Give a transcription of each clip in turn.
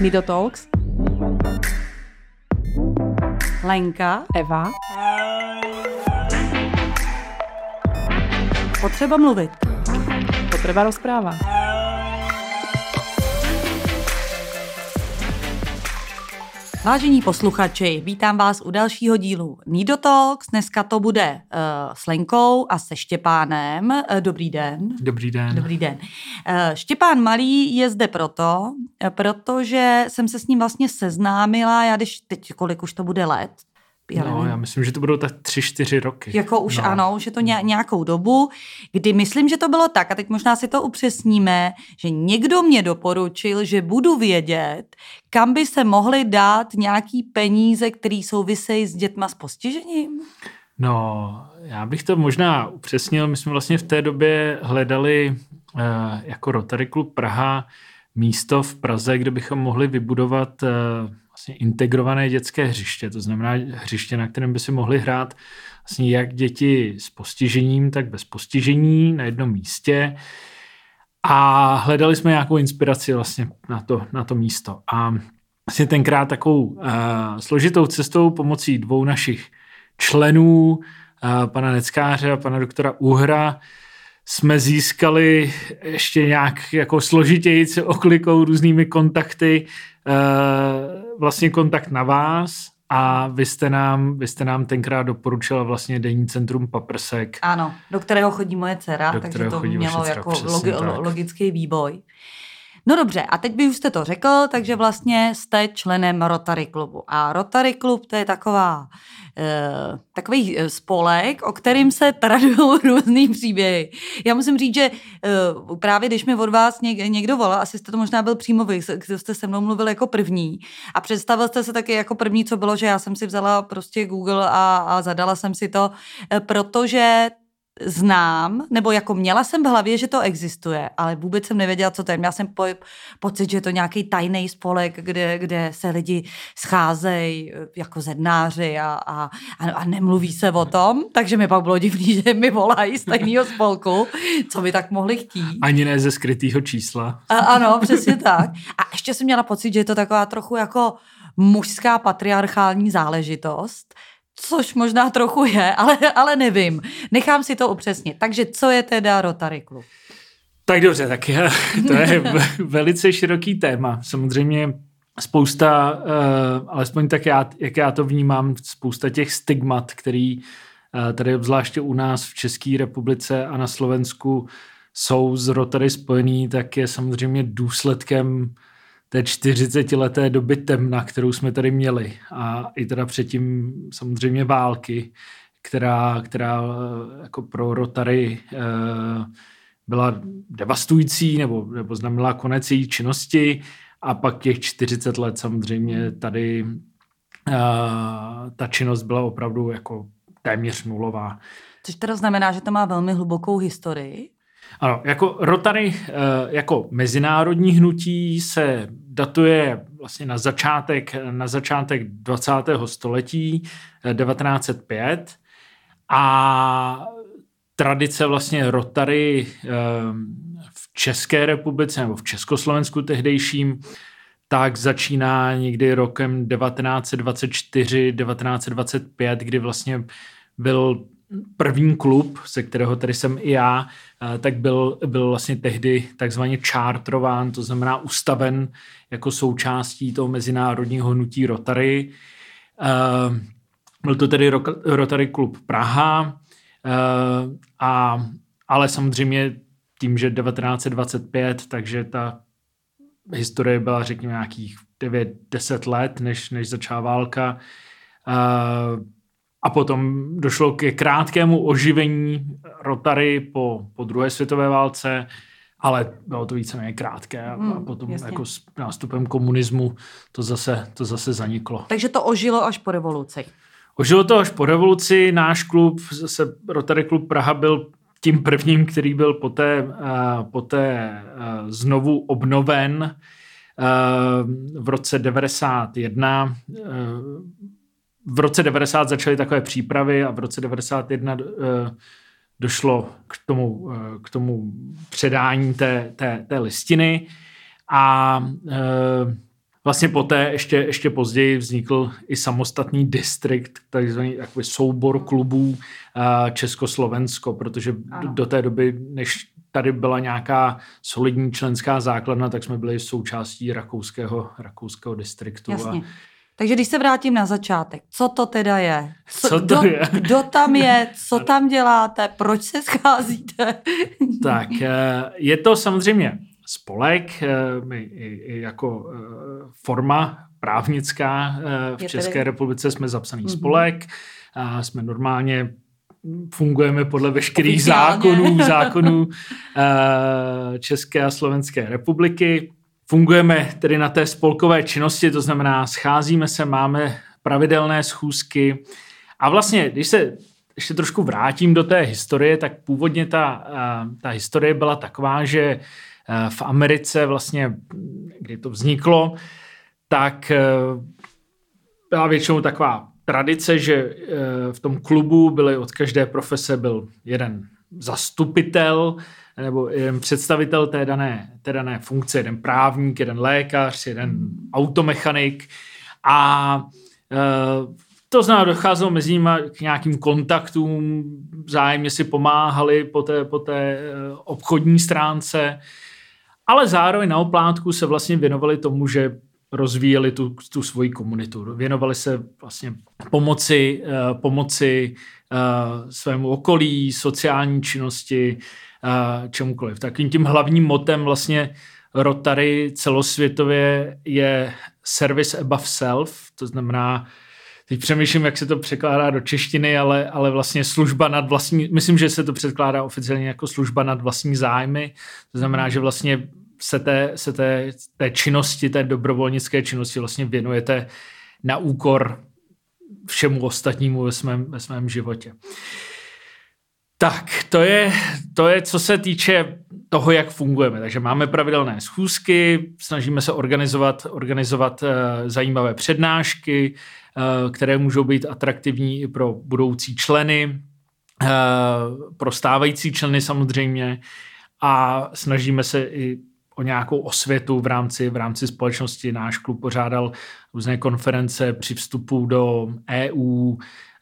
Nido Talks. Lenka. Eva. Potřeba mluvit. Potreba rozpráva. Vážení posluchači, vítám vás u dalšího dílu Nido Talks. Dneska to bude s Lenkou a se Štěpánem. Dobrý den. Dobrý den. Dobrý den. Štěpán Malý je zde protože jsem se s ním vlastně seznámila, teď kolik už to bude let? Já myslím, že to budou tak 3-4 roky. Jako už ano, už je to nějakou dobu, kdy myslím, že to bylo tak, a teď možná si to upřesníme, že někdo mě doporučil, že budu vědět, kam by se mohly dát nějaký peníze, které souvisejí s dětma s postižením. No, já bych to možná upřesnil. My jsme vlastně v té době hledali jako Rotary Klub Praha místo v Praze, kde bychom mohli vybudovat vlastně integrované dětské hřiště, to znamená hřiště, na kterém by si mohli hrát vlastně jak děti s postižením, tak bez postižení na jednom místě. A hledali jsme nějakou inspiraci vlastně na to místo. A vlastně tenkrát takovou složitou cestou pomocí dvou našich členů, pana Neckáře a pana doktora Uhra, jsme získali ještě nějak jako složitěji oklikou různými kontakty, vlastně kontakt na vás a vy jste nám tenkrát doporučila vlastně denní centrum Paprsek. Ano, do kterého chodí moje dcera, takže to mělo jako logický vývoj. No dobře, a teď by už jste to řekl, takže vlastně jste členem Rotary klubu. A Rotary klub to je takový spolek, o kterým se tradují různý příběhy. Já musím říct, že právě když mi od vás někdo volal, asi jste to možná byl přímo vy, kdo jste se mnou mluvil jako první a představil jste se taky jako první, co bylo, že já jsem si vzala prostě Google a zadala jsem si to, protože znám, nebo jako měla jsem v hlavě, že to existuje, ale vůbec jsem nevěděla, co to je. Měla jsem pocit, že je to nějaký tajný spolek, kde se lidi scházejí jako zednáři a nemluví se o tom, takže mi pak bylo divný, že mi volají z tajného spolku, co by tak mohli chtít. Ani ne ze skrytého čísla. Ano, přesně tak. A ještě jsem měla pocit, že je to taková trochu jako mužská patriarchální záležitost, což možná trochu je, ale nevím. Nechám si to upřesnit. Takže co je teda Rotary klub? Tak dobře, tak to je velice široký téma. Samozřejmě spousta, alespoň tak jak já to vnímám, spousta těch stigmat, který tady obzvláště u nás v České republice a na Slovensku jsou s Rotary spojený, tak je samozřejmě důsledkem té 40leté doby temna, kterou jsme tady měli. A i teda předtím samozřejmě války, která jako pro Rotary byla devastující nebo znamenala konec její činnosti. A pak těch 40 let samozřejmě tady ta činnost byla opravdu jako téměř nulová. Což teda znamená, že to má velmi hlubokou historii. Ano, jako Rotary jako mezinárodní hnutí se datuje vlastně na začátek 20. století 1905 a tradice vlastně Rotary v České republice nebo v Československu tehdejším tak začíná někdy rokem 1924, 1925, kdy vlastně byl první klub, ze kterého tady jsem i já, tak byl vlastně tehdy takzvaně chartrován, to znamená ustaven jako součástí toho mezinárodního hnutí Rotary. Byl to tedy Rotary Klub Praha, ale samozřejmě tím, že 1925, takže ta historie byla řekněme nějakých 9-10 let, než začala válka. A potom došlo ke krátkému oživení Rotary po druhé světové válce, ale bylo to víceméně krátké a potom jako s nástupem komunismu to zase zaniklo. Takže to ožilo až po revoluci. Ožilo to až po revoluci. Náš klub, zase Rotary Klub Praha, byl tím prvním, který byl poté znovu obnoven v roce 91. V roce 90 začaly takové přípravy a v roce 91 došlo k tomu předání té listiny a Vlastně poté ještě později vznikl i samostatný distrikt, takzvaný jakoby soubor klubů Československo, protože do té doby, než tady byla nějaká solidní členská základna, tak jsme byli součástí rakouského distriktu. Jasně. Takže když se vrátím na začátek, co to teda je? Kdo tam je? Co tam děláte? Proč se scházíte? Tak, je to samozřejmě spolek, jako forma právnická v České republice jsme zapsaný spolek, jsme normálně fungujeme podle veškerých zákonů České a Slovenské republiky. Fungujeme tedy na té spolkové činnosti, to znamená scházíme se, máme pravidelné schůzky a vlastně, když se ještě trošku vrátím do té historie, tak původně ta historie byla taková, že v Americe vlastně, kdy to vzniklo, tak byla většinou taková tradice, že v tom klubu byly od každé profese byl jeden zastupitel nebo jeden představitel té dané funkce, jeden právník, jeden lékař, jeden automechanik a to znamená, docházelo mezi nimi k nějakým kontaktům, vzájemně si pomáhali po té obchodní stránce, ale zároveň na oplátku se vlastně věnovali tomu, že rozvíjeli tu svoji komunitu. Věnovali se vlastně pomoci svému okolí, sociální činnosti, čemukoliv. Takým tím hlavním motem vlastně Rotary celosvětově je service above self, to znamená, teď přemýšlím, jak se to překládá do češtiny, ale vlastně služba nad vlastní, myslím, že se to překládá oficiálně jako služba nad vlastní zájmy, to znamená, že vlastně se té činnosti, té dobrovolnické činnosti vlastně věnujete na úkor všemu ostatnímu ve svém životě. Tak, to je, co se týče toho, jak fungujeme. Takže máme pravidelné schůzky, snažíme se organizovat zajímavé přednášky, které můžou být atraktivní i pro budoucí členy, pro stávající členy samozřejmě a snažíme se i o nějakou osvětu v rámci společnosti. Náš klub pořádal různé konference při vstupu do EU,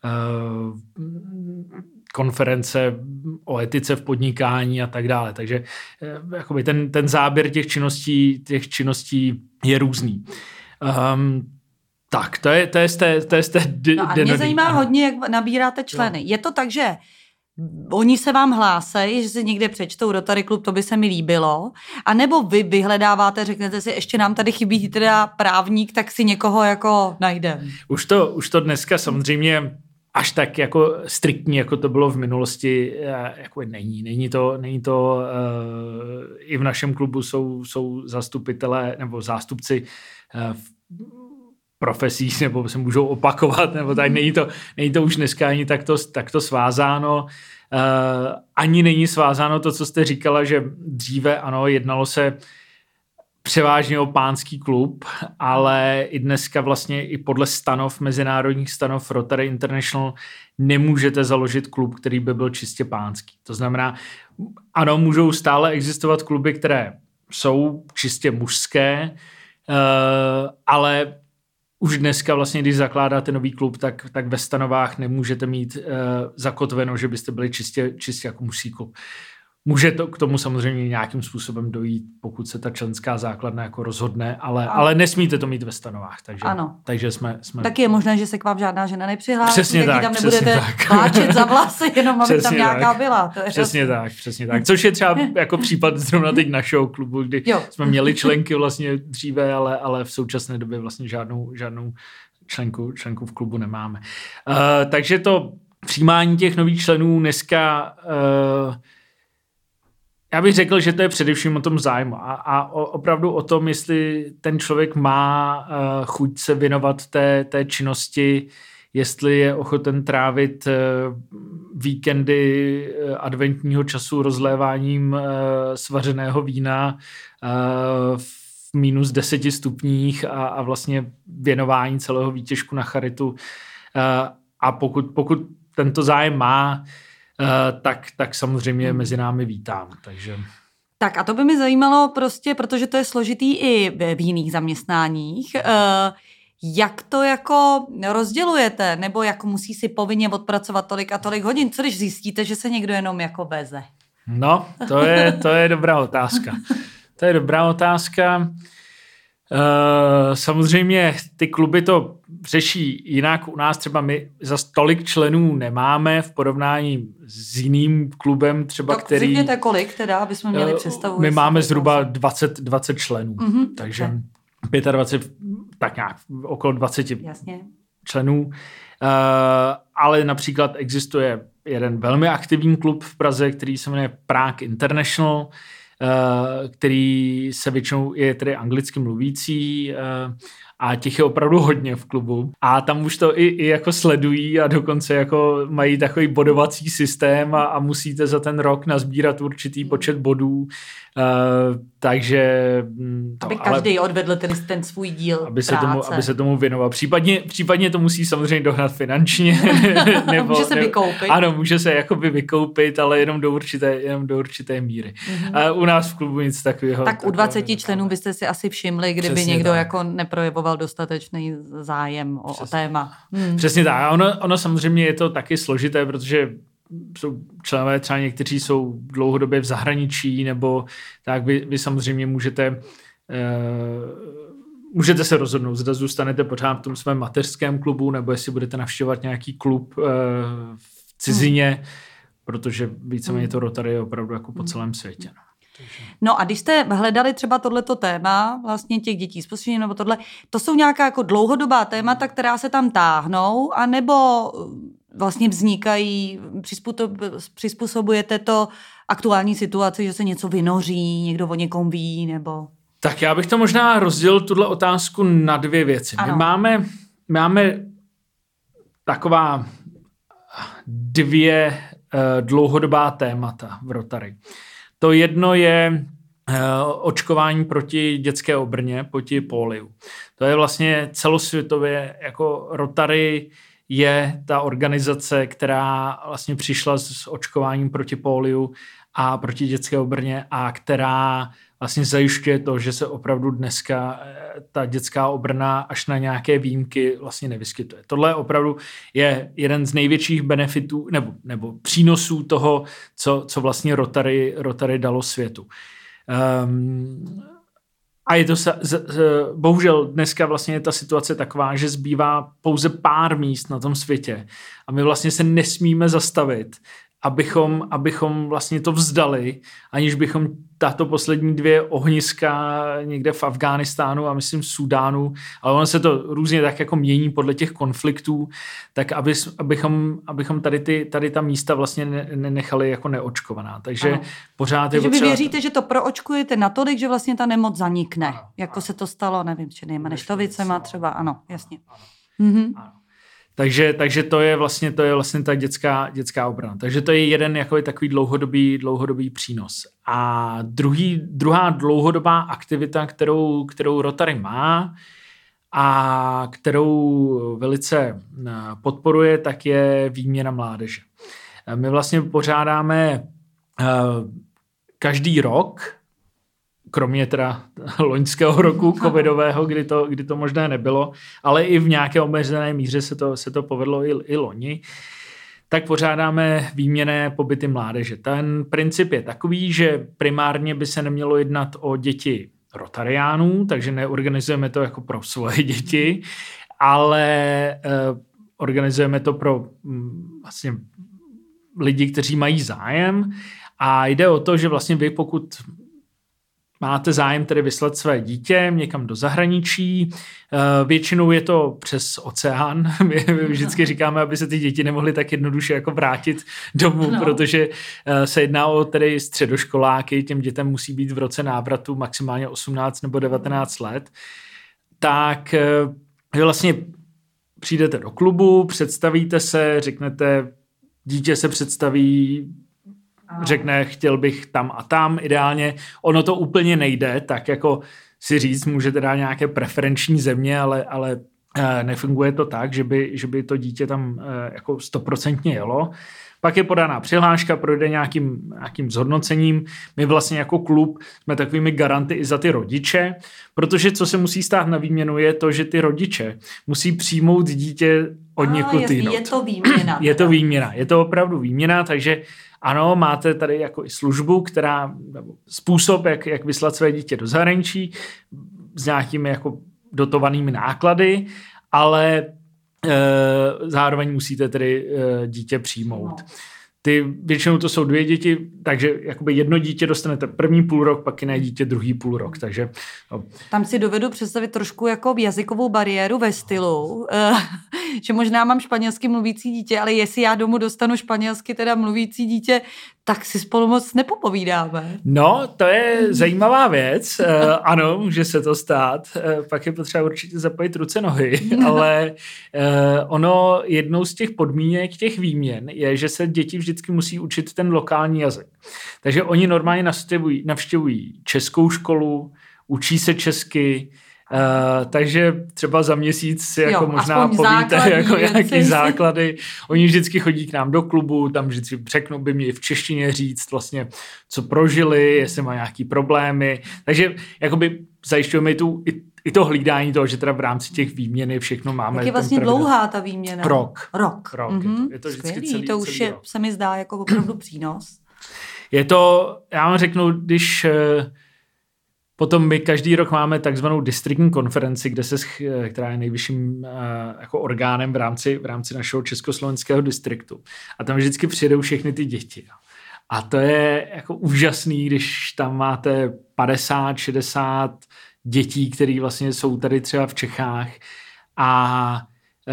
konference o etice v podnikání a tak dále. Takže jakoby ten záběr těch činností je různý. Tak, to je z té a mě zajímá hodně, jak nabíráte členy. Jo. Je to tak, že oni se vám hlásejí, že si někde přečtou Rotary Klub, to by se mi líbilo, a nebo vy vyhledáváte, řeknete si, ještě nám tady chybí teda právník, tak si někoho jako najdeme. Už to dneska samozřejmě až tak jako striktní, jako to bylo v minulosti, jako není to i v našem klubu jsou zastupitelé nebo zástupci v profesích, nebo se můžou opakovat, nebo tak není to už dneska ani takto svázáno. Ani není svázáno to, co jste říkala, že dříve ano, jednalo se převážně o pánský klub, ale i dneska vlastně i podle mezinárodních stanov Rotary International nemůžete založit klub, který by byl čistě pánský. To znamená, ano, můžou stále existovat kluby, které jsou čistě mužské, ale už dneska vlastně, když zakládáte nový klub, tak ve stanovách nemůžete mít zakotveno, že byste byli čistě jako mužský klub. Může to k tomu samozřejmě nějakým způsobem dojít, pokud se ta členská základna jako rozhodne, ale nesmíte to mít ve stanovách. Takže jsme... Tak je možné, že se k vám žádná žena nepřihlásí, přesně tak, tam nebudete pláčet za vlasy, jenom aby tam nějaká byla. To je přesně tak. Což je třeba jako případ zrovna teď našeho klubu, kdy jsme měli členky vlastně dříve, ale v současné době vlastně žádnou členku v klubu nemáme. Takže to přijímání těch nových členů dneska... Já bych řekl, že to je především o tom zájmu a opravdu o tom, jestli ten člověk má chuť se věnovat té činnosti, jestli je ochoten trávit víkendy adventního času rozléváním svařeného vína v minus 10 stupních a vlastně věnování celého výtěžku na charitu. A pokud tento zájem má, tak samozřejmě mezi námi vítám. Takže... Tak a to by mi zajímalo prostě, protože to je složitý i v jiných zaměstnáních. Jak to jako rozdělujete? Nebo jako musí si povinně odpracovat tolik a tolik hodin? Co když zjistíte, že se někdo jenom jako veze? No, to je dobrá otázka. To je dobrá otázka. Samozřejmě ty kluby to řeší jinak. U nás třeba my za tolik členů nemáme v porovnání s jiným klubem třeba, tak který... Řekněte kolik teda, aby jsme měli představu. My máme zhruba 20 členů, takže 25, tak nějak okolo 20 Jasně. členů. Ale například existuje jeden velmi aktivní klub v Praze, který se jmenuje Prague International, který se většinou je tedy anglicky mluvící a těch je opravdu hodně v klubu. A tam už to i jako sledují a dokonce jako mají takový bodovací systém a musíte za ten rok nazbírat určitý počet bodů. Takže... Aby každý odvedl ten svůj díl práce. Aby se tomu věnoval. Případně to musí samozřejmě dohnat finančně. Může se vykoupit. Ano, může se jakoby vykoupit, ale jenom do určité míry. U nás v klubu nic takového. Tak u 20 členů byste si asi všimli, kdyby přesně někdo tak. Jako neprojevoval dostatečný zájem o téma. Přesně tak. Ono samozřejmě je to taky složité, protože jsou členové, třeba někteří jsou dlouhodobě v zahraničí, nebo tak vy samozřejmě můžete se rozhodnout, zda zůstanete pořád v tom svém mateřském klubu, nebo jestli budete navštěvovat nějaký klub v cizině, protože víceméně to Rotary je opravdu jako po celém světě. No a když jste hledali třeba tohleto téma, vlastně těch dětí s postižením nebo tohle, to jsou nějaká jako dlouhodobá témata, která se tam táhnou, anebo vlastně vznikají, přizpůsobujete to aktuální situaci, že se něco vynoří, někdo o někom ví, nebo... Tak já bych to možná rozdělil tuhle otázku na dvě věci. My máme taková dvě dlouhodobá témata v Rotary. To jedno je očkování proti dětské obrně, proti poliu. To je vlastně celosvětově, jako Rotary je ta organizace, která vlastně přišla s očkováním proti poliu a proti dětské obrně a která vlastně zajišťuje to, že se opravdu dneska ta dětská obrna až na nějaké výjimky vlastně nevyskytuje. Tohle opravdu je jeden z největších benefitů nebo přínosů toho, co vlastně Rotary dalo světu. A je to bohužel dneska vlastně je ta situace taková, že zbývá pouze pár míst na tom světě a my vlastně se nesmíme zastavit, abychom vlastně to vzdali, aniž bychom tato poslední dvě ohniska někde v Afghánistánu a myslím v Súdánu, ale ono se to různě tak jako mění podle těch konfliktů, tak abychom tady ta místa vlastně nechali jako neočkovaná. Takže ano. Pořád je potřeba... Takže vy věříte, že to proočkujete natolik, že vlastně ta nemoc zanikne. Ano, jako ano. Se to stalo, nevím, s činýma neštovicema třeba, ano, jasně. Ano. Takže to je vlastně ta dětská obrana. Takže to je jeden jako takový dlouhodobý přínos. A druhá dlouhodobá aktivita, kterou Rotary má a kterou velice podporuje, tak je výměna mládeže. My vlastně pořádáme každý rok, kromě teda loňského roku covidového, kdy to možná nebylo, ale i v nějaké omezené míře se to povedlo i loni, tak pořádáme výměnné pobyty mládeže. Ten princip je takový, že primárně by se nemělo jednat o děti rotariánů, takže neorganizujeme to jako pro svoje děti, ale organizujeme to pro vlastně lidi, kteří mají zájem a jde o to, že vlastně vy, pokud máte zájem tedy vyslat své dítě někam do zahraničí. Většinou je to přes oceán. My vždycky říkáme, aby se ty děti nemohly tak jednoduše jako vrátit domů, protože se jedná o tedy středoškoláky. Těm dětem musí být v roce návratu maximálně 18 nebo 19 let. Tak vy vlastně přijdete do klubu, představíte se, řeknete, dítě se představí, řekne, chtěl bych tam a tam, ideálně. Ono to úplně nejde, tak jako si říct, můžete dát nějaké preferenční země, ale nefunguje to tak, že by to dítě tam jako 100% jelo. Pak je podána přihláška, projde nějakým zhodnocením. My vlastně jako klub jsme takovými garanty i za ty rodiče, protože co se musí stát na výměnu je to, že ty rodiče musí přijmout dítě od někud jinut. Je to výměna. Je to výměna, je to opravdu výměna, takže ano, máte tady jako i službu, nebo způsob, jak vyslat své dítě do zahraničí s nějakými jako dotovanými náklady, ale zároveň musíte tedy dítě přijmout. Většinou to jsou 2 děti, takže jakoby jedno dítě dostanete první půlrok, pak jiné dítě druhý půlrok, takže... No. Tam si dovedu představit trošku jako jazykovou bariéru ve stylu, že možná mám španělsky mluvící dítě, ale jestli já domů dostanu španělsky teda mluvící dítě, tak si spolu moc nepopovídáme. No, to je zajímavá věc. Ano, může se to stát. Pak je potřeba určitě zapojit ruce, nohy, ale ono jednou z těch podmínek těch výměn je, že se děti vždycky musí učit ten lokální jazyk. Takže oni normálně navštěvují českou školu, učí se česky, takže třeba za měsíc si jako možná povíte jako nějaký základy. Oni vždycky chodí k nám do klubu, tam vždycky řeknou, by měli v češtině říct vlastně, co prožili, jestli má nějaký problémy. Takže jakoby zajišťujeme i to hlídání toho, že teda v rámci těch výměny všechno máme. Jak je vlastně dlouhá ta výměna? Rok. Mm-hmm. Je to vždycky skvělý, to už je, se mi zdá jako opravdu přínos. Je to, já vám řeknu, když... Potom my každý rok máme takzvanou distriktní konferenci, která je nejvyšším jako orgánem v rámci našeho československého distriktu. A tam vždycky přijedou všechny ty děti. A to je jako úžasný, když tam máte 50, 60 dětí, které vlastně jsou tady třeba v Čechách a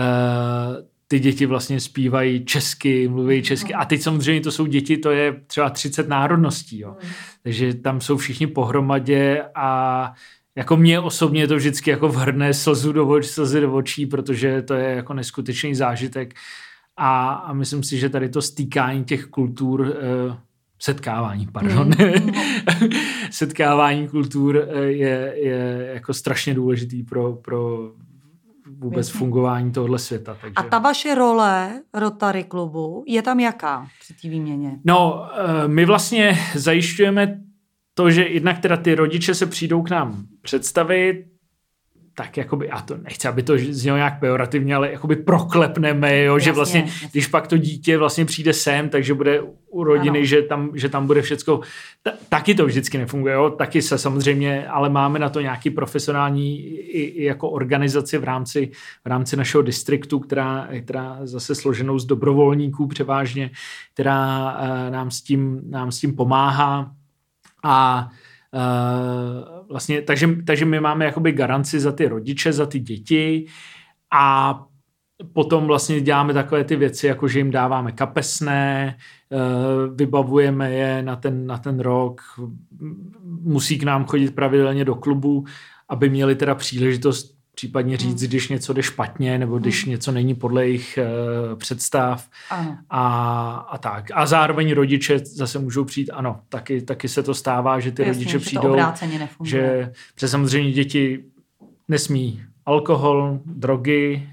ty děti vlastně zpívají česky, mluví česky. A teď samozřejmě to jsou děti, to je třeba 30 národností. Jo. Takže tam jsou všichni pohromadě a jako mě osobně to vždycky jako vhrne slzy do očí, protože to je jako neskutečný zážitek. A myslím si, že tady to stýkání těch kultur, setkávání kultur je jako strašně důležitý pro vůbec fungování tohohle světa. Takže... A ta vaše role Rotary klubu je tam jaká při té výměně? No, my vlastně zajišťujeme to, že jednak teda ty rodiče se přijdou k nám představit, tak jakoby, a to nechci, aby to znělo nějak pejorativně, ale jakoby proklepneme, jo, že vlastně, když pak to dítě vlastně přijde sem, takže bude u rodiny, že tam bude všecko, taky to vždycky nefunguje, jo, taky se samozřejmě, ale máme na to nějaký profesionální i jako organizaci v rámci našeho distriktu, která zase složenou z dobrovolníků převážně, která nám s tím pomáhá a vlastně, takže my máme jakoby garanci za ty rodiče, za ty děti a potom vlastně děláme takové ty věci, jako že jim dáváme kapesné, vybavujeme je na ten rok, musí k nám chodit pravidelně do klubu, aby měli teda příležitost případně říct, když něco jde špatně, nebo když něco není podle jejich představ a tak. A zároveň rodiče zase můžou přijít, ano, taky se to stává, že ty rodiče přijdou, že přes samozřejmě děti nesmí alkohol, drogy,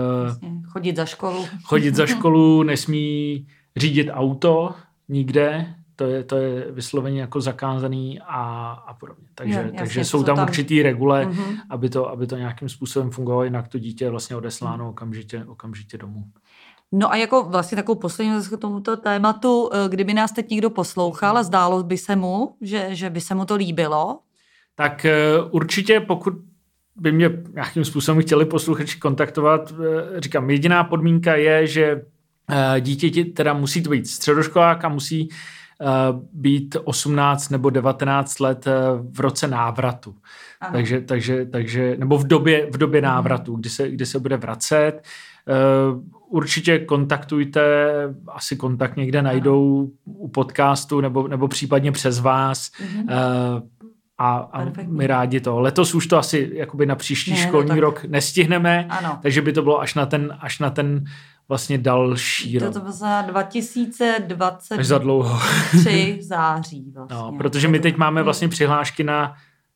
chodit za školu, nesmí řídit auto nikde, to je vysloveně jako zakázaný a podobně. Takže jsou tam určitý regule, aby to nějakým způsobem fungovalo, jinak to dítě je vlastně odesláno okamžitě domů. No a jako vlastně takovou poslední k tomuto tématu, kdyby nás teď někdo poslouchal a zdálo by se mu, že by se mu to líbilo? Tak určitě, pokud by mě nějakým způsobem chtěli posluchači kontaktovat, říkám, jediná podmínka je, že dítě teda musí to být středoškolák a musí být 18 nebo 19 let v roce návratu. Takže nebo v době návratu, kdy se bude vracet. Určitě kontaktujte, asi kontakt někde najdou u podcastu nebo případně přes vás. A my rádi to. Letos už to asi jakoby na příští školní rok nestihneme, takže by to bylo až na ten vlastně další rok. To bylo za 2023 až za dlouho. září vlastně. No, protože my teď máme vlastně přihlášky na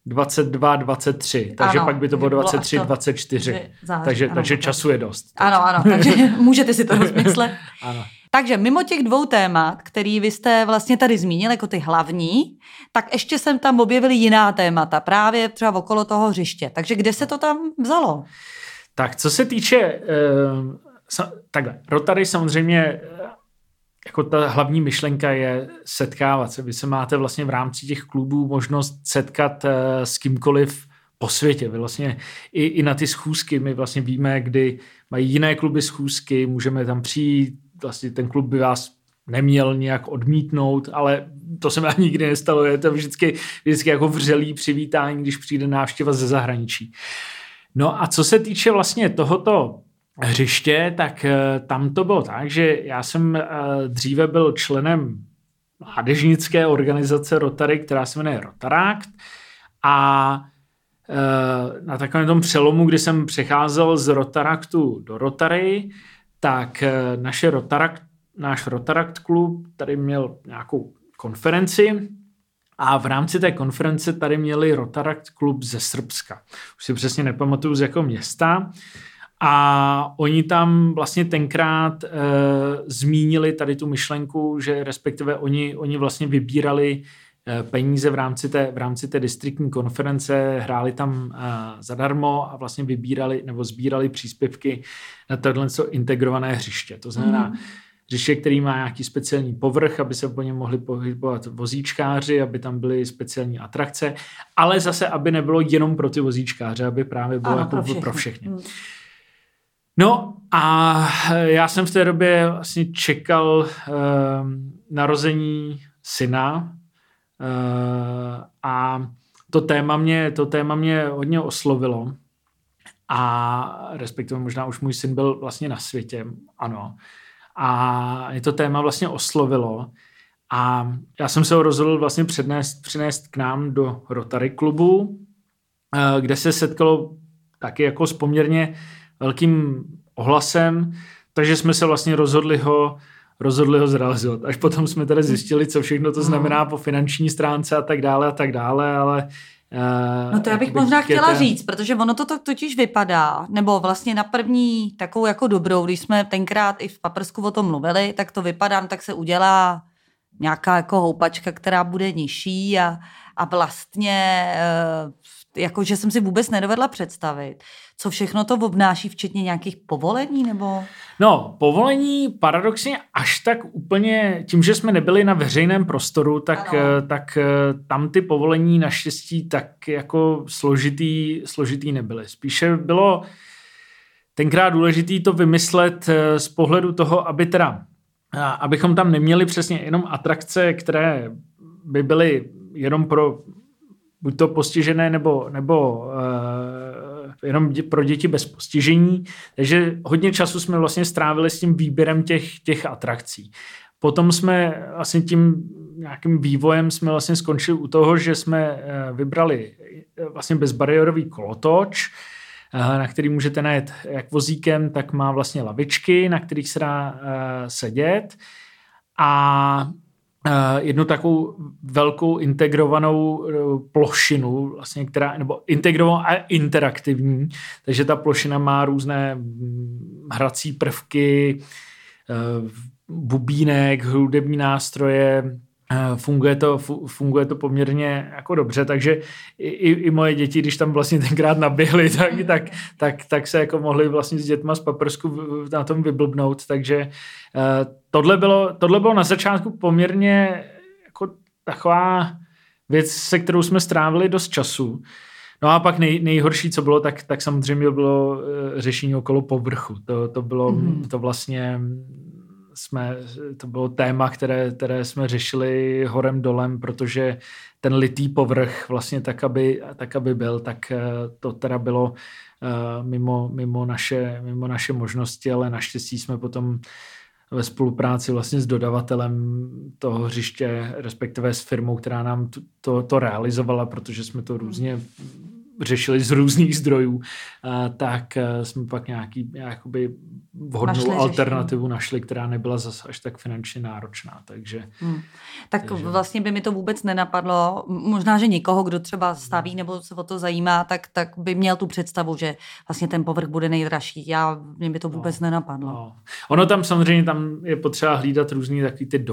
22, 23, takže ano, pak by to bylo 23, to 24, září, takže času je dost. Ano, takže můžete si to rozmyslet. Ano. Takže mimo těch 2 témat, který vy jste vlastně tady zmínili jako ty hlavní, tak ještě jsem tam objevili jiná témata, právě třeba okolo toho hřiště. Takže kde se to tam vzalo? Tak, co se týče takhle, Rotary samozřejmě jako ta hlavní myšlenka je setkávat se. Vy se máte vlastně v rámci těch klubů možnost setkat s kýmkoliv po světě. Vy vlastně i na ty schůzky my vlastně víme, kdy mají jiné kluby schůzky, můžeme tam přijít, vlastně ten klub by vás neměl nějak odmítnout, ale to se mi ani nikdy nestalo. Je to vždycky jako vřelý přivítání, když přijde návštěva ze zahraničí. No a co se týče vlastně tohoto hřiště, tak tam to bylo tak, že já jsem dříve byl členem mládežnické organizace Rotary, která se jmenuje Rotaract, a na takovém tom přelomu, kdy jsem přecházel z Rotaractu do Rotary, tak náš Rotaract klub tady měl nějakou konferenci a v rámci té konference tady měli Rotaract klub ze Srbska. Už si přesně nepamatuju, z jakého města. A oni tam vlastně tenkrát zmínili tady tu myšlenku, že respektive oni vlastně vybírali peníze v rámci té distriktní konference, hráli tam zadarmo a vlastně vybírali nebo sbírali příspěvky na tohle integrované hřiště. To znamená hřiště, který má nějaký speciální povrch, aby se po něm mohli pohybovat vozíčkáři, aby tam byly speciální atrakce, ale zase, aby nebylo jenom pro ty vozíčkáře, aby právě bylo jako pro všechny. No a já jsem v té době vlastně čekal narození syna a to téma mě hodně oslovilo a respektive možná už můj syn byl vlastně na světě, ano. A je to téma vlastně oslovilo a já jsem se ho rozhodl vlastně přinést k nám do Rotary klubu, kde se setkalo taky jako s poměrně velkým ohlasem, takže jsme se vlastně rozhodli ho zrealizovat. Až potom jsme teda zjistili, co všechno to znamená po finanční stránce a tak dále, ale no to já bych možná chtěla říct, protože ono to totiž vypadá, nebo vlastně na první takovou jako dobrou, když jsme tenkrát i v Paprsku o tom mluvili, tak to vypadá, tak se udělá nějaká jako houpačka, která bude nižší a vlastně jakože jsem si vůbec nedovedla představit, co všechno to obnáší, včetně nějakých povolení, nebo? No, povolení paradoxně až tak úplně, tím, že jsme nebyli na veřejném prostoru, tak tam ty povolení naštěstí tak jako složitý nebyly. Spíše bylo tenkrát důležitý to vymyslet z pohledu toho, abychom tam neměli přesně jenom atrakce, které by byly jenom pro buď to postižené, nebo jenom pro děti bez postižení. Takže hodně času jsme vlastně strávili s tím výběrem těch atrakcí. Potom jsme vlastně tím nějakým vývojem jsme vlastně skončili u toho, že jsme vybrali vlastně bezbariérový kolotoč, na který můžete najet jak vozíkem, tak má vlastně lavičky, na kterých se dá sedět. A jednu takovou velkou integrovanou plošinu, vlastně, nebo integrovanou a interaktivní, takže ta plošina má různé hrací prvky, bubínek, hudební nástroje, funguje to poměrně jako dobře, takže i moje děti, když tam vlastně tenkrát naběhly, tak se jako mohli vlastně s dětma z Paprsku na tom vyblbnout, takže tohle bylo na začátku poměrně jako taková věc, se kterou jsme strávili dost času. No a pak nejhorší, co bylo, tak samozřejmě bylo řešení okolo povrchu. To bylo to vlastně to bylo téma, které jsme řešili horem dolem, protože ten litý povrch vlastně tak, aby byl, tak to teda bylo mimo naše možnosti, ale naštěstí jsme potom ve spolupráci vlastně s dodavatelem toho hřiště, respektive s firmou, která nám to realizovala, protože jsme to řešili z různých zdrojů, tak jsme pak jakoby vhodnou alternativu našli, která nebyla zase až tak finančně náročná. Takže, takže vlastně by mi to vůbec nenapadlo. Možná, že někoho, kdo třeba staví nebo se o to zajímá, tak by měl tu představu, že vlastně ten povrch bude nejdražší. Mě by to vůbec nenapadlo. No. Ono tam samozřejmě tam je potřeba hlídat různý takový ty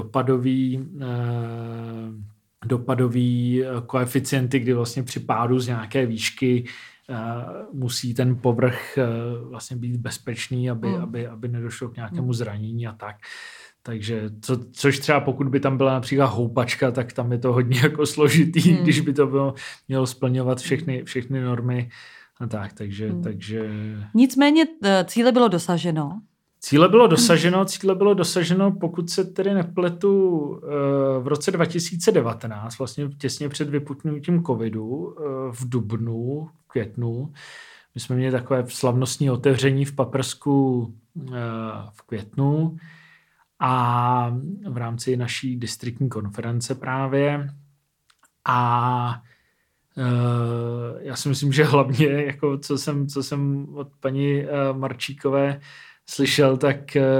dopadový koeficienty, kdy vlastně při pádu z nějaké výšky musí ten povrch vlastně být bezpečný, aby nedošlo k nějakému zranění a tak. Takže což třeba pokud by tam byla například houpačka, tak tam je to hodně jako složitý, když by to mělo splňovat všechny normy a tak, takže... Nicméně cíle bylo dosaženo. Cíle bylo dosaženo, pokud se tedy nepletu, v roce 2019, vlastně těsně před vypuknutím covidu, v dubnu, květnu. My jsme měli takové slavnostní otevření v Paprsku v květnu a v rámci naší distriktní konference právě. A já si myslím, že hlavně, jako co jsem od paní Marčíkové slyšel, tak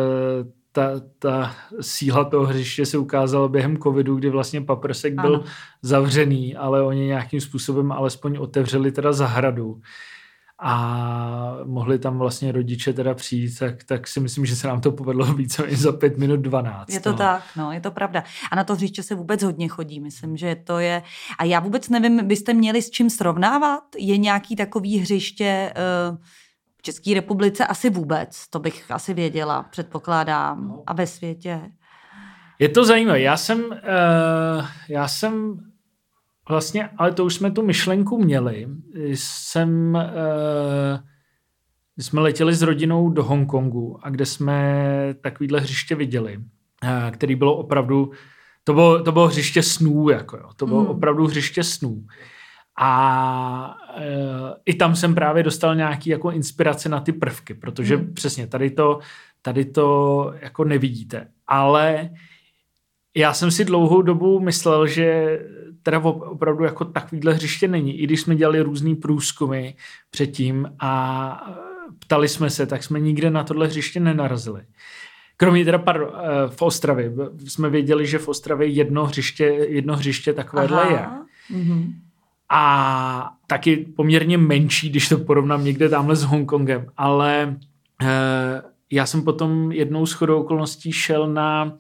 ta síla toho hřiště se ukázala během covidu, kdy vlastně Paprsek byl zavřený, ale oni nějakým způsobem alespoň otevřeli teda zahradu a mohli tam vlastně rodiče teda přijít, tak si myslím, že se nám to povedlo více za 5 minut 12. Je to tak, je to pravda. A na to hřiště se vůbec hodně chodí, myslím, že to je... A já vůbec nevím, byste měli s čím srovnávat? Je nějaký takový hřiště... V České republice asi vůbec, to bych asi věděla, předpokládám, a ve světě. Je to zajímavé. Já jsem vlastně, ale to už jsme tu myšlenku měli, jsme letěli s rodinou do Hongkongu a kde jsme takovýhle hřiště viděli, který bylo opravdu, to bylo hřiště snů, to bylo opravdu hřiště snů. A i tam jsem právě dostal nějaký jako inspirace na ty prvky, protože přesně tady to jako nevidíte. Ale já jsem si dlouhou dobu myslel, že teda opravdu jako takovýhle hřiště není. I když jsme dělali různý průzkumy předtím a ptali jsme se, tak jsme nikde na tohle hřiště nenarazili. Kromě teda v Ostravě. Jsme věděli, že v Ostravě jedno hřiště takovéhle je. Mm-hmm. A taky poměrně menší, když to porovnám někde tamhle s Hongkongem. Ale já jsem potom jednou shodou okolností šel na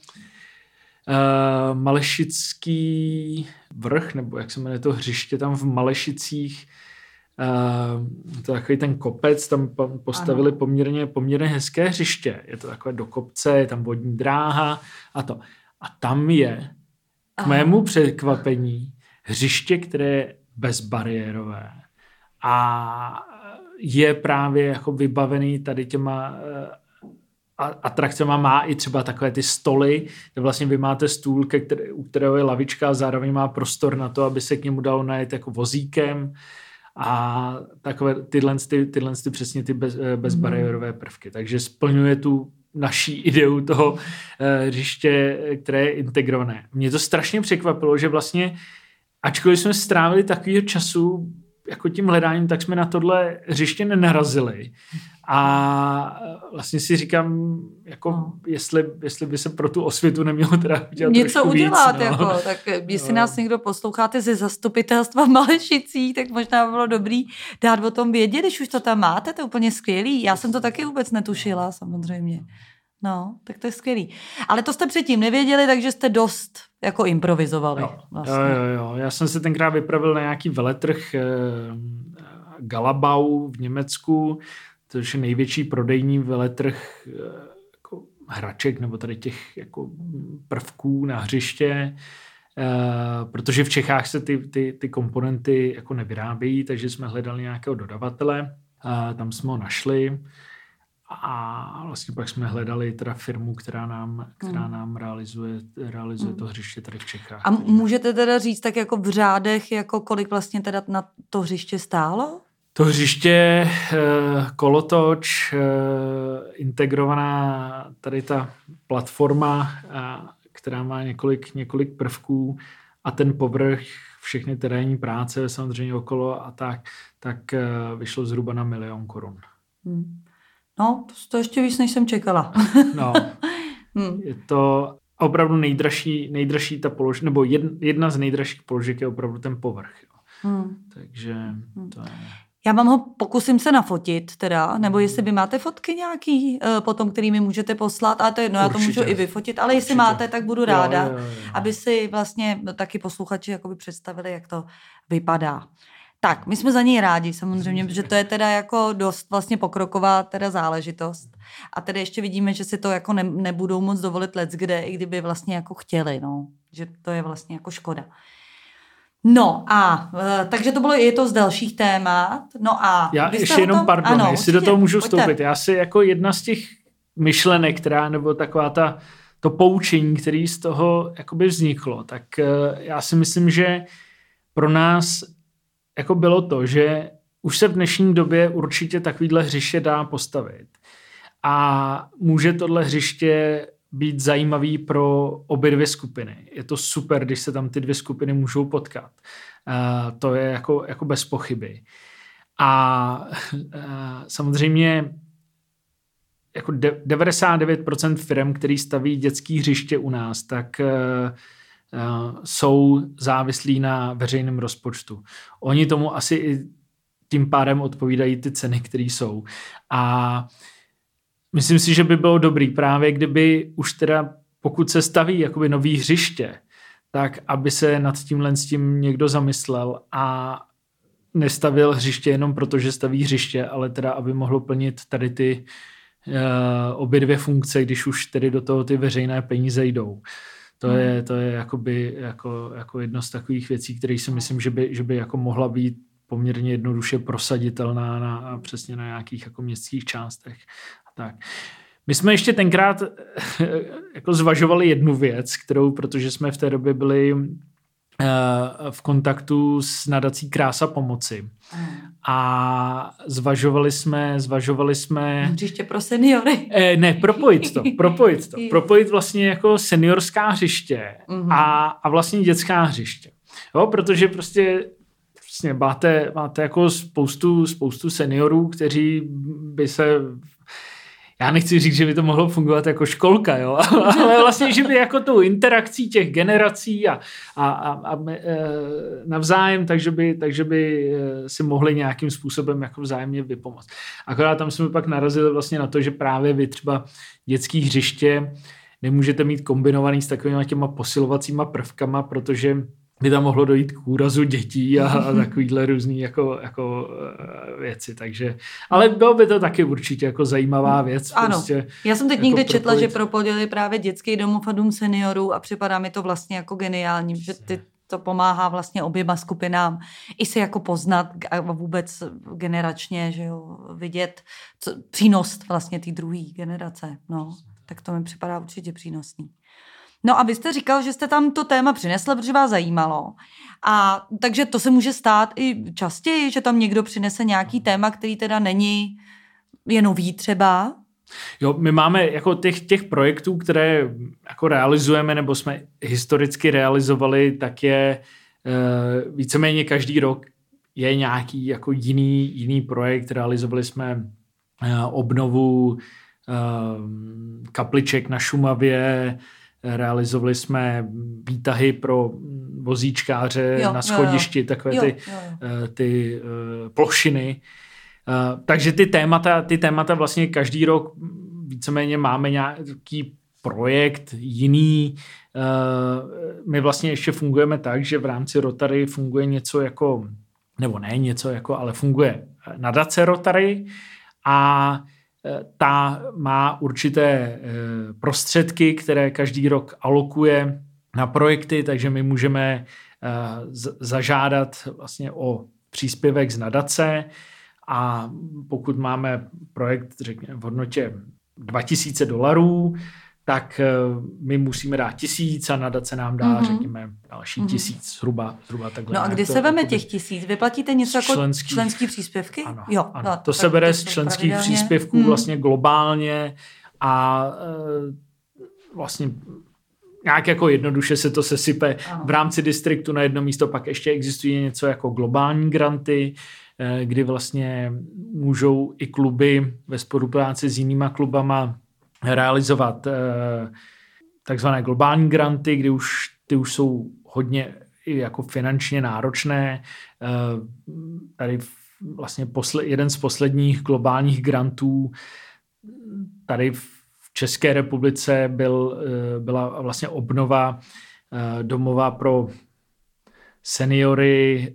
Malešický vrch, nebo jak se jmenuje to hřiště tam v Malešicích. To takový ten kopec, tam postavili poměrně hezké hřiště. Je to takové do kopce, je tam vodní dráha a to. A tam je k mému překvapení hřiště, které je bezbariérové a je právě jako vybavený tady těma atrakcema, má i třeba takové ty stoly, kde vlastně vy máte stůl, u kterého je lavička a zároveň má prostor na to, aby se k němu dalo najet jako vozíkem a takové tyhle přesně ty bezbariérové prvky. Takže splňuje tu naší ideu toho hřiště, které je integrované. Mě to strašně překvapilo, že vlastně ačkoliv jsme strávili takovýho času jako tím hledáním, tak jsme na tohle hřiště nenarazili. A vlastně si říkám, jako jestli by se pro tu osvětu nemělo teda udělat něco udělat, víc, jako, tak jestli nás někdo posloucháte ze zastupitelstva v Malešicí, tak možná by bylo dobrý dát o tom vědět, když už to tam máte, to je úplně skvělý. Já jsem to taky vůbec netušila, samozřejmě. No, tak to je skvělý. Ale to jste předtím nevěděli, takže jste dost jako improvizovali. Vlastně. Jo. Já jsem se tenkrát vypravil na nějaký veletrh Galabau v Německu, což je největší prodejní veletrh jako hraček nebo tady těch jako prvků na hřiště, protože v Čechách se ty komponenty jako nevyrábějí, takže jsme hledali nějakého dodavatele, tam jsme ho našli. A vlastně pak jsme hledali teda firmu, která nám realizuje to hřiště tady v Čechách. A můžete teda říct tak jako v řádech, jako kolik vlastně teda na to hřiště stálo? To hřiště, kolotoč, integrovaná tady ta platforma, která má několik prvků a ten povrch všechny terénní práce samozřejmě okolo a tak vyšlo zhruba na 1 000 000 korun. No, to ještě víc, než jsem čekala. No, je to opravdu nejdražší ta položka, nebo jedna z nejdražších položek je opravdu ten povrch. Jo. Takže to je... Já vám ho pokusím se nafotit teda, nebo jestli vy máte fotky nějaký potom, který mi můžete poslat, a to je jedno, já to můžu i vyfotit, ale jestli máte, tak budu ráda, jo. Aby si vlastně taky posluchači jakoby představili, jak to vypadá. Tak, my jsme za něj rádi samozřejmě, že to je teda jako dost vlastně pokroková teda záležitost. A tedy ještě vidíme, že si to jako nebudou moc dovolit leckde, i kdyby vlastně jako chtěli, no. Že to je vlastně jako škoda. No a takže je to z dalších témat. No a já ještě jenom, pardon, ano, jestli do toho můžu vstoupit. Já si jako jedna z těch myšlenek, nebo taková to poučení, který z toho jakoby vzniklo, tak já si myslím, že pro nás jako bylo to, že už se v dnešní době určitě takovýhle hřiště dá postavit. A může tohle hřiště být zajímavý pro obě dvě skupiny. Je to super, když se tam ty dvě skupiny můžou potkat. To je jako bez pochyby. A samozřejmě jako 99% firm, který staví dětský hřiště u nás, tak jsou závislí na veřejném rozpočtu. Oni tomu asi i tím pádem odpovídají ty ceny, které jsou. A myslím si, že by bylo dobrý právě, kdyby už teda, pokud se staví jakoby nový hřiště, tak aby se nad tímhle s tím někdo zamyslel a nestavil hřiště jenom proto, že staví hřiště, ale teda, aby mohlo plnit tady ty obě dvě funkce, když už tedy do toho ty veřejné peníze jdou. To je jakoby, jako jedno z takových věcí, které si myslím, že by jako mohla být poměrně jednoduše prosaditelná přesně na nějakých jako městských částech. Tak. My jsme ještě tenkrát jako zvažovali jednu věc, protože jsme v té době byli v kontaktu s nadací Krása pomoci. A zvažovali jsme... Hřiště pro seniory. Ne, propojit vlastně jako seniorská hřiště a vlastně dětská hřiště. Jo, protože prostě máte jako spoustu seniorů, kteří by se... Já nechci říct, že by to mohlo fungovat jako školka, jo? Ale vlastně, že by jako tou interakcí těch generací a navzájem, takže by si mohli nějakým způsobem jako vzájemně vypomoct. Akorát tam jsme pak narazili vlastně na to, že právě vy třeba dětský hřiště nemůžete mít kombinovaný s takovými těma posilovacíma prvkama, protože by tam mohlo dojít k úrazu dětí a takovýhle různý jako věci, takže, ale bylo by to taky určitě jako zajímavá věc. Ano, prostě já jsem teď někde četla, že propojili právě dětský domov a dům seniorů a připadá mi to vlastně jako geniální, že to pomáhá vlastně oběma skupinám i si jako poznat a vůbec generačně, že jo, vidět přínos vlastně té druhé generace, no, tak to mi připadá určitě přínosný. No a vy jste říkal, že jste tam to téma přinesl, protože vás zajímalo. A takže to se může stát i častěji, že tam někdo přinese nějaký téma, který teda je nový třeba? Jo, my máme jako těch projektů, které jako realizujeme nebo jsme historicky realizovali, tak je víceméně každý rok je nějaký jako jiný projekt. Realizovali jsme obnovu kapliček na Šumavě, realizovali jsme výtahy pro vozíčkáře na schodišti, takové ty plošiny. Takže ty témata vlastně každý rok víceméně máme nějaký projekt jiný. My vlastně ještě fungujeme tak, že v rámci Rotary funguje něco jako, nebo ne něco jako, ale funguje nadace Rotary a ta má určité prostředky, které každý rok alokuje na projekty, takže my můžeme zažádat vlastně o příspěvek z nadace a pokud máme projekt, řekněme, v hodnotě $2000, tak my musíme dát 1000 a nadace nám dá, řekněme, další 1000, zhruba takhle. No a kdy se veme těch 1000? Vyplatíte něco jako členský příspěvky? Ano, jo, ano. To se bere z členských příspěvků vlastně globálně a vlastně nějak jako jednoduše se to sesype v rámci distriktu na jedno místo, pak ještě existuje něco jako globální granty, kdy vlastně můžou i kluby ve spolupráci s jinýma klubama realizovat takzvané globální granty, kdy ty už jsou hodně jako finančně náročné. Tady vlastně jeden z posledních globálních grantů tady v České republice byla vlastně obnova domova pro seniory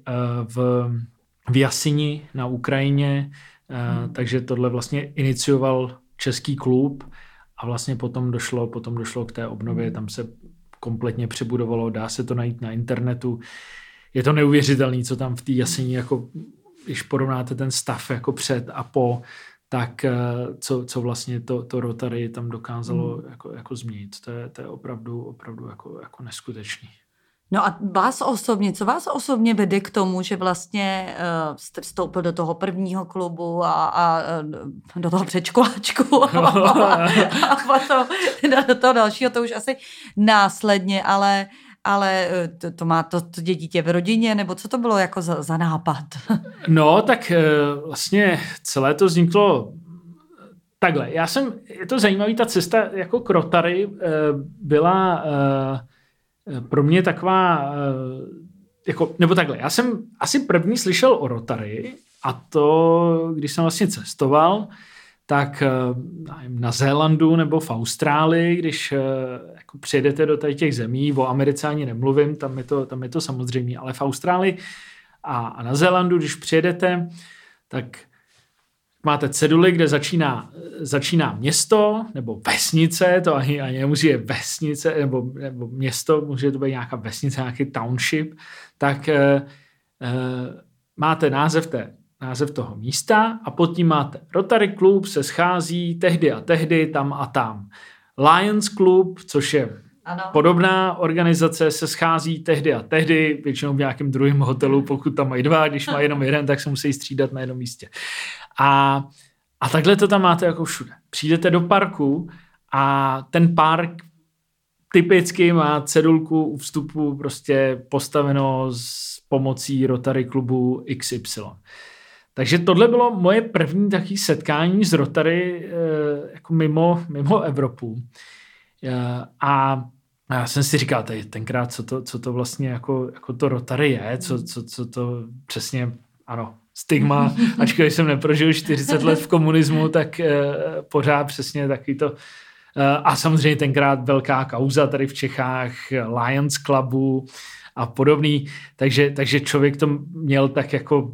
v Jasini na Ukrajině, takže tohle vlastně inicioval český klub a vlastně potom došlo k té obnově, tam se kompletně přebudovalo, dá se to najít na internetu. Je to neuvěřitelné, co tam v té Jasini, jako, když porovnáte ten stav jako před a po, tak co vlastně to Rotary tam dokázalo jako změnit. To je opravdu jako neskutečný. No a co vás osobně vede k tomu, že vlastně jste vstoupil do toho prvního klubu a do toho předškoláčku a potom do toho dalšího, to už asi následně, ale to má to dítě v rodině, nebo co to bylo jako za nápad? No, tak vlastně celé to vzniklo takhle. Je to zajímavý, ta cesta jako k Rotary byla pro mě taková, nebo takhle, já jsem asi první slyšel o Rotary a to, když jsem vlastně cestoval, tak na Zélandu nebo v Austrálii, když jako přijedete do těch zemí, o Americe ani nemluvím, tam je to samozřejmě, ale v Austrálii a na Zélandu, když přijedete, tak máte ceduly, kde začíná město nebo vesnice, to ani nemusí je vesnice nebo město, může to být nějaká vesnice, nějaký township, tak máte název toho místa a pod tím máte Rotary Club se schází tehdy a tehdy, tam a tam. Lions Club, což je podobná organizace, se schází tehdy a tehdy, většinou v nějakém druhém hotelu, pokud tam mají dva, když má jenom jeden, tak se musí střídat na jednom místě. A takhle to tam máte jako všude. Přijdete do parku a ten park typicky má cedulku u vstupu prostě postaveno s pomocí Rotary klubu XY. Takže tohle bylo moje první takové setkání s Rotary jako mimo Evropu. A já jsem si říkal tenkrát, co to vlastně jako to Rotary je, co to přesně, ano, stigma, ačkoliv jsem neprožil 40 let v komunismu, tak pořád přesně taky to. A samozřejmě tenkrát velká kauza tady v Čechách, Lions Clubu a podobný, takže člověk to měl tak jako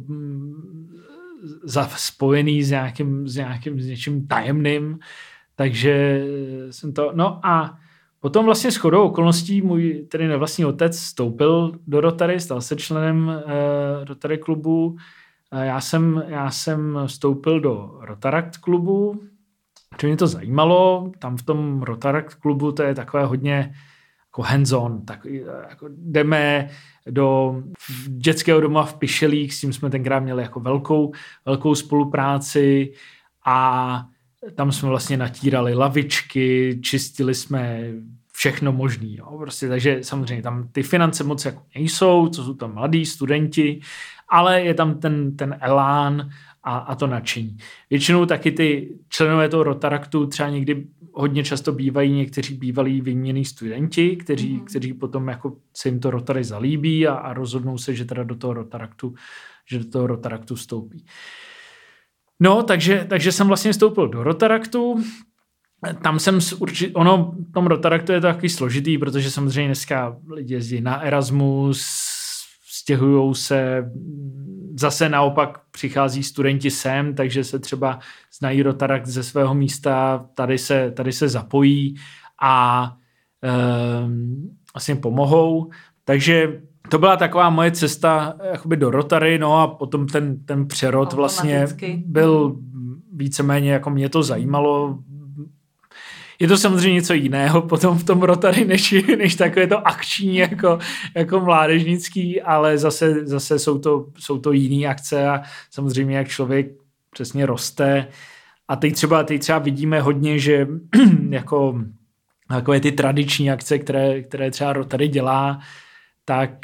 spojený s něčím tajemným, takže jsem to, no a potom vlastně shodou okolností můj tedy nevlastní otec vstoupil do Rotary, stal se členem Rotary klubu. Já jsem vstoupil do Rotaract klubu, protože mě to zajímalo. Tam v tom Rotaract klubu to je takové hodně jako hands-on. Tak, jako jdeme do dětského doma v Pišelích, s tím jsme tenkrát měli jako velkou spolupráci a tam jsme vlastně natírali lavičky, čistili jsme všechno možný. Jo. Prostě, takže samozřejmě tam ty finance moc jako nejsou, co jsou tam mladí studenti, ale je tam ten elán a to nadšení. Většinou taky ty členové toho Rotaractu třeba někdy hodně často bývají někteří bývalí vyměnění studenti, kteří potom jako se jim to Rotary zalíbí a rozhodnou se, že teda do toho Rotaractu vstoupí. No, takže jsem vlastně vstoupil do Rotaractu. Tam jsem v tom Rotaractu je to takový složitý, protože samozřejmě dneska lidi jezdí na Erasmus, stěhujou se, zase naopak přichází studenti sem, takže se třeba znají Rotaract ze svého místa, tady se zapojí a vlastně pomohou. Takže to byla taková moje cesta jakoby do Rotary, no a potom ten přerod vlastně byl víceméně, jako mě to zajímalo. Je to samozřejmě něco jiného potom v tom Rotary, než takové to akční jako mládežnický, ale zase jsou to jiné akce a samozřejmě jak člověk přesně roste. A teď třeba vidíme hodně, že jako takové ty tradiční akce, které třeba Rotary dělá, tak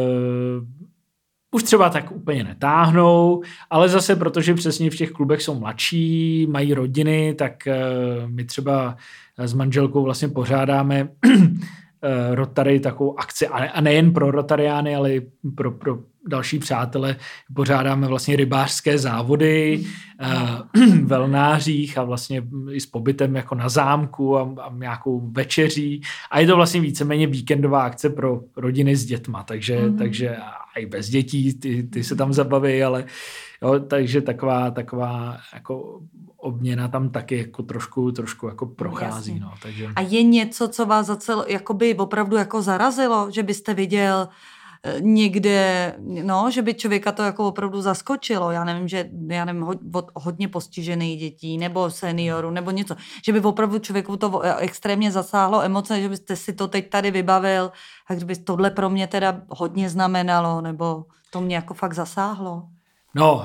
už třeba tak úplně netáhnou, ale zase protože přesně v těch klubech jsou mladší, mají rodiny, tak my třeba s manželkou vlastně pořádáme Rotary takovou akci, a nejen pro Rotariány, ale i pro další přátele. Pořádáme vlastně rybářské závody v Elnářích a vlastně i s pobytem jako na zámku a nějakou večeří. A je to vlastně víceméně víkendová akce pro rodiny s dětma, takže i bez dětí, ty se tam zabaví, ale jo, takže taková jako obměna tam taky jako trošku jako prochází. No, takže. A je něco, co vás jakoby opravdu jako zarazilo, že byste viděl někde, no, že by člověka to jako opravdu zaskočilo, já nevím, hodně postižených dětí, nebo seniorů, nebo něco, že by opravdu člověku to extrémně zasáhlo emoce, že byste si to teď tady vybavil, a kdyby tohle pro mě teda hodně znamenalo, nebo to mě jako fakt zasáhlo. No,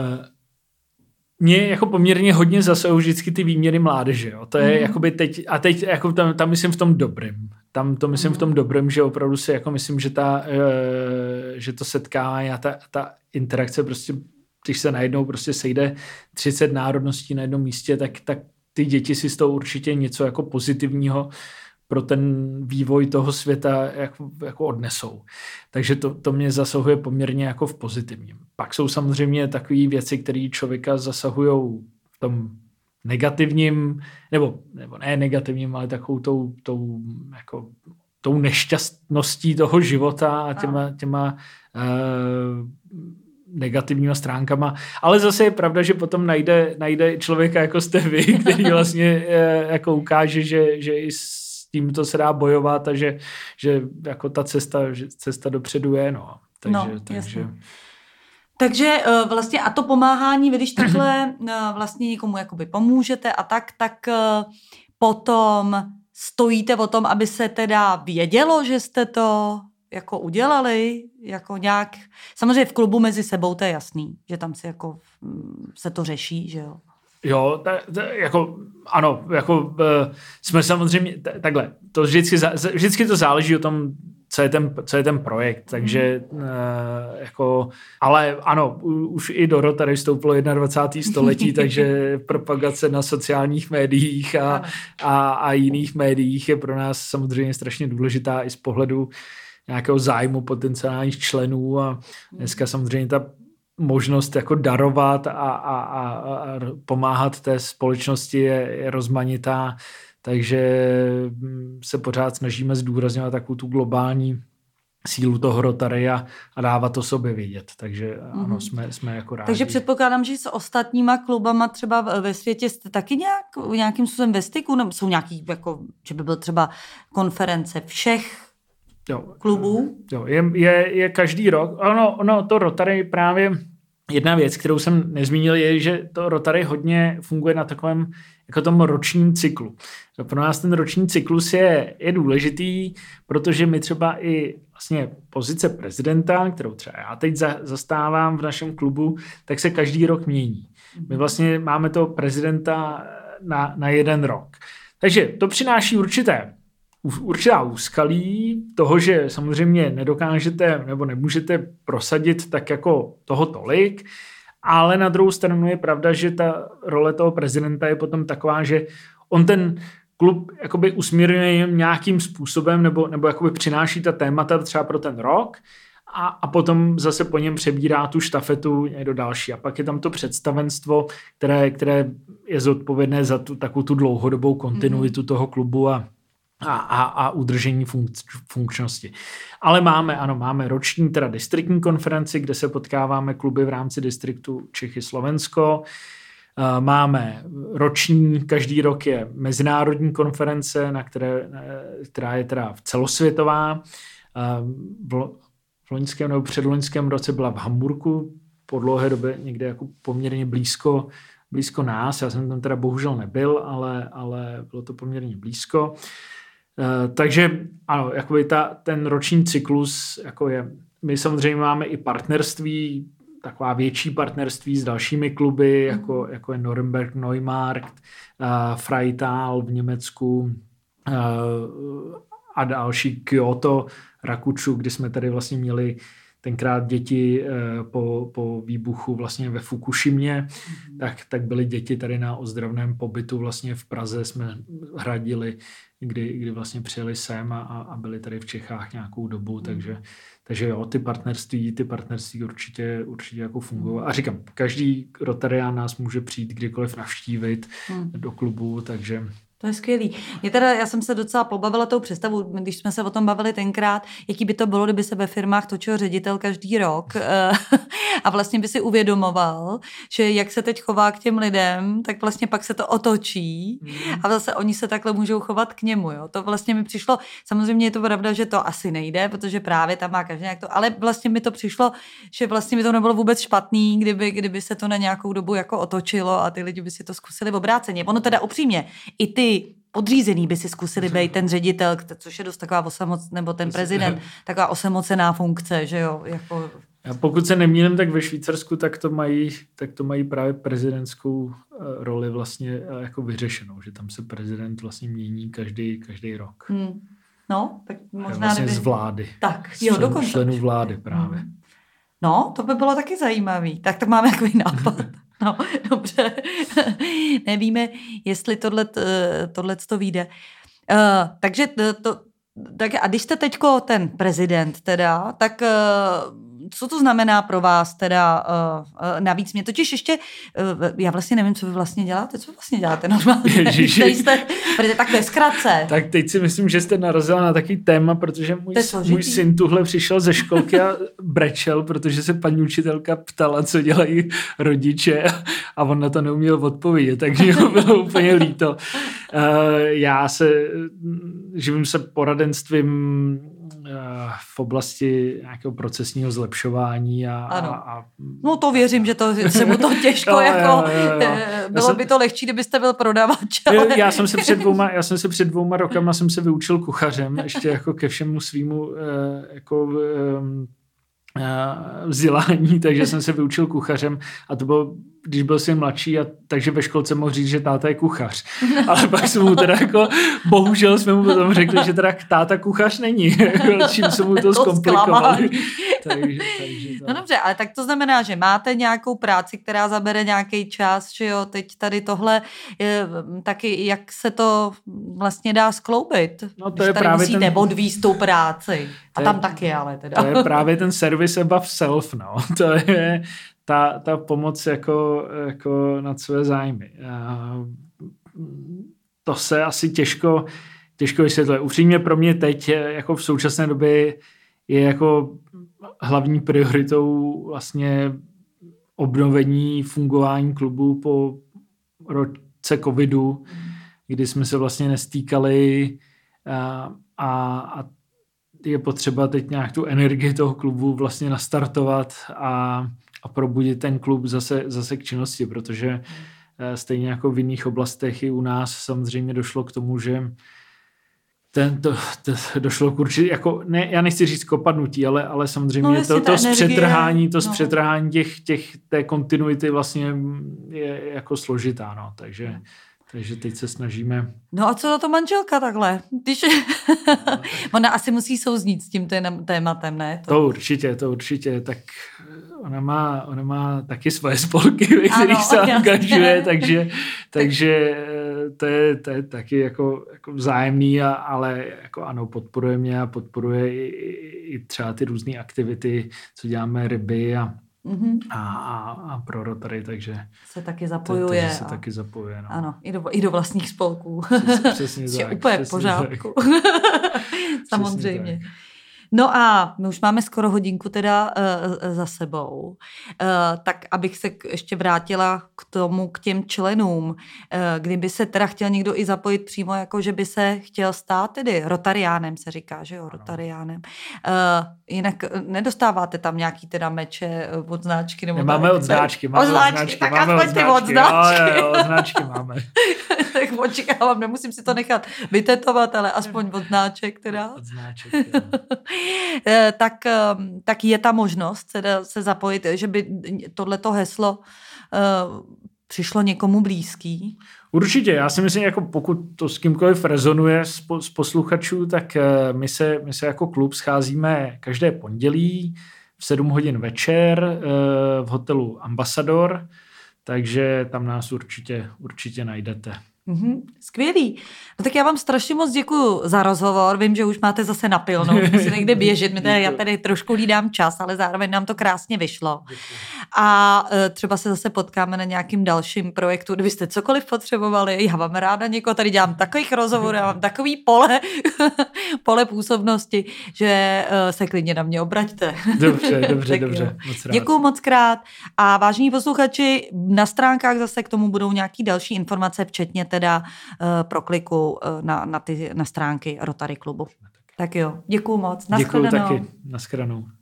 mě jako poměrně hodně zasahují vždycky ty výměry mládeže. Jo. To je jakoby teď, a teď jako tam myslím v tom dobrým. Tam to myslím v tom dobrým, že opravdu si jako myslím, že to setkávání a ta interakce prostě, když se najednou prostě sejde 30 národností na jednom místě, tak ty děti si z toho určitě něco jako pozitivního pro ten vývoj toho světa jako odnesou. Takže to mě zasahuje poměrně jako v pozitivním. Pak jsou samozřejmě takové věci, které člověka zasahují v tom negativním, nebo ne negativním, ale takovou tou nešťastností toho života a těma negativníma stránkama. Ale zase je pravda, že potom najde člověka jako jste vy, který vlastně jako ukáže, že i s tímto se dá bojovat a že jako ta cesta dopředu je. No. Takže vlastně a to pomáhání, vy když takhle vlastně někomu jakoby pomůžete a tak potom stojíte o tom, aby se teda vědělo, že jste to jako udělali, jako nějak, samozřejmě v klubu mezi sebou to je jasný, že tam si jako se to řeší, že jo. Jo, jako ano, jako jsme samozřejmě takhle, to vždycky to záleží o tom, co je ten projekt, takže jako, ale ano, už i do Rotary vstoupilo 21. století, takže propagace na sociálních médiích a jiných médiích je pro nás samozřejmě strašně důležitá i z pohledu nějakého zájmu potenciálních členů a dneska samozřejmě ta možnost jako darovat a pomáhat té společnosti je rozmanitá, takže se pořád snažíme zdůrazňovat takovou tu globální sílu toho Rotary a dávat o sobě vědět. Takže ano, jsme jako rádi. Takže předpokládám, že s ostatníma klubama třeba ve světě jste taky nějakým způsobem ve styku, nebo jsou nějaký, jako, že by byl třeba konference všech klubů? Jo, je každý rok. Ono to Rotary právě jedna věc, kterou jsem nezmínil, je, že to Rotary hodně funguje na takovém jako tom ročním cyklu. Pro nás ten roční cyklus je důležitý, protože my třeba i vlastně pozice prezidenta, kterou třeba já teď zastávám v našem klubu, tak se každý rok mění. My vlastně máme toho prezidenta na jeden rok. Takže to přináší určitá úskalí toho, že samozřejmě nedokážete nebo nemůžete prosadit tak jako toho tolik, ale na druhou stranu je pravda, že ta role toho prezidenta je potom taková, že on ten klub jakoby usměrňuje nějakým způsobem nebo jakoby přináší ta témata třeba pro ten rok a potom zase po něm přebírá tu štafetu do další. A pak je tam to představenstvo, které je zodpovědné za takovou tu dlouhodobou kontinuitu toho klubu a udržení funkčnosti. Ale máme roční teda distriktní konferenci, kde se potkáváme kluby v rámci distriktu Čechy Slovensko. Máme roční, každý rok je mezinárodní konference, která je teda celosvětová. V loňském nebo předloňském roce byla v Hamburku, po dlouhé době někde jako poměrně blízko nás. Já jsem tam teda bohužel nebyl, ale bylo to poměrně blízko. Takže ano, jakoby ten roční cyklus jako je. My samozřejmě máme i partnerství, taková větší partnerství s dalšími kluby, jako je Nürnberg Neumarkt, Freital v Německu, a další Kyoto, Rakuču, kdy jsme tady vlastně měli tenkrát děti po výbuchu vlastně ve Fukushimě, tak byly děti tady na ozdravném pobytu vlastně v Praze jsme hradili, kdy vlastně přijeli sem a byli tady v Čechách nějakou dobu, takže jo, ty partnerství určitě jako fungují. A říkám, každý Rotarián nás může přijít kdykoliv navštívit do klubu, takže... To je skvělý. Já jsem se docela pobavila tou představu, když jsme se o tom bavili tenkrát, jaký by to bylo, kdyby se ve firmách točil ředitel každý rok a vlastně by si uvědomoval, že jak se teď chová k těm lidem, tak vlastně pak se to otočí a zase oni se takhle můžou chovat k němu. Jo. To vlastně mi přišlo, samozřejmě je to pravda, že to asi nejde, protože právě tam má každý nějak to, ale vlastně mi to přišlo, že vlastně by to nebylo vůbec špatný, kdyby se to na nějakou dobu jako otočilo a ty lidi by si to zkusili obráceně. Ono teda upřímně, i ty podřízený by si zkusili být ten ředitel, což je dost taková nebo ten prezident, taková osamocená funkce, že jo, jako... A pokud se nemýlím, tak ve Švýcarsku tak to mají právě prezidentskou roli vlastně jako vyřešenou, že tam se prezident vlastně mění každý rok. No, tak možná... Vlastně z vlády. Tak, jo, dokonce. Členů vlády právě. No, to by bylo taky zajímavý. Tak to máme takový nápad. No, dobře. Nevíme, jestli tohleto vyjde. Takže tak a když jste teďko ten prezident teda, tak co to znamená pro vás teda navíc? Mě totiž ještě, já vlastně nevím, co vy vlastně děláte. Co vy vlastně děláte normálně? Tak ve zkratce. Tak teď si myslím, že jste narazila na takový téma, protože můj syn tuhle přišel ze školky a brečel, protože se paní učitelka ptala, co dělají rodiče a on na to neuměl odpovědět, takže ho bylo úplně líto. Já se živím se poradenstvím v oblasti nějakého procesního zlepšování a no to věřím, že to se mu to těžko bylo by to lehčí, kdybyste byl prodavač. Ale... Já jsem se před 2 rokama jsem se vyučil kuchařem, ještě jako ke všemu svýmu vzdělání, takže jsem se vyučil kuchařem a to bylo, když byl syn mladší, takže ve školce mohl říct, že táta je kuchař. Ale pak jsme mu teda jako, bohužel jsme mu potom řekli, že teda táta kuchař není. Čím se mu to zkomplikovali. takže to... No dobře, ale tak to znamená, že máte nějakou práci, která zabere nějaký čas, že jo, teď tady tohle, taky jak se to vlastně dá skloubit? No to je právě musíte odvízt tu práci. A tam taky, ale teda. To je právě ten service above self, no. To je ta pomoc jako nad své zájmy. To se asi těžko vysvětluje. Upřímně pro mě teď jako v současné době je jako hlavní prioritou vlastně obnovení fungování klubu po roce covidu, kdy jsme se vlastně nestýkali a je potřeba teď nějak tu energii toho klubu vlastně nastartovat a probudit ten klub zase k činnosti, protože stejně jako v jiných oblastech i u nás samozřejmě došlo k tomu, že došlo k určitě, jako, ne, já nechci říct kopadnutí, ale samozřejmě to zpřetrhání, zpřetrhání té kontinuity vlastně je jako složitá, no, takže teď se snažíme. No a co na to manželka takhle? Ona asi musí souznít s tím tématem, ne? To určitě, tak ona má taky svoje spolky, ve kterých se angažuje, takže to je taky jako vzájemný, ale jako ano, podporuje mě a podporuje i třeba ty různé aktivity, co děláme ryby a pro Rotary, takže se taky zapojuje. No. Ano, i do vlastních spolků. Přesně tak. Úplně v pořádku. Samozřejmě. No a my už máme skoro hodinku teda za sebou. Tak abych se ještě vrátila k těm členům. Kdyby se teda chtěl někdo i zapojit přímo, jako že by se chtěl stát tedy Rotariánem, se říká, že jo, Rotariánem. Jinak nedostáváte tam nějaký teda meče, odznáčky? Nebo máme odznáčky. Tak aspoň ty odznáčky. Jo, odznáčky máme. Tak očekávám, nemusím si to nechat vytetovat, ale aspoň odznáček teda. Odznáček, tak je ta možnost se zapojit, že by tohleto heslo přišlo někomu blízký? Určitě, já si myslím, jako pokud to s kýmkoliv rezonuje z posluchačů, tak my se jako klub scházíme každé pondělí v 7 hodin večer v hotelu Ambassador, takže tam nás určitě najdete. Skvělý. No tak já vám strašně moc děkuju za rozhovor. Vím, že už máte zase napilno, musíte někde běžet. Já tady trošku hlídám čas, ale zároveň nám to krásně vyšlo. A třeba se zase potkáme na nějakým dalším projektu, kdybyste cokoliv potřebovali. Já vám ráda někoho, tady dělám takových rozhovorů, já mám takový pole působnosti, že se klidně na mě obraťte. Dobře. Děkuju moc krát. A vážení posluchači, na stránkách zase k tomu budou nějaký další informace, včetně teda prokliku na stránky Rotary klubu. Tak jo, děkuju moc. Děkuju taky. Naschledanou.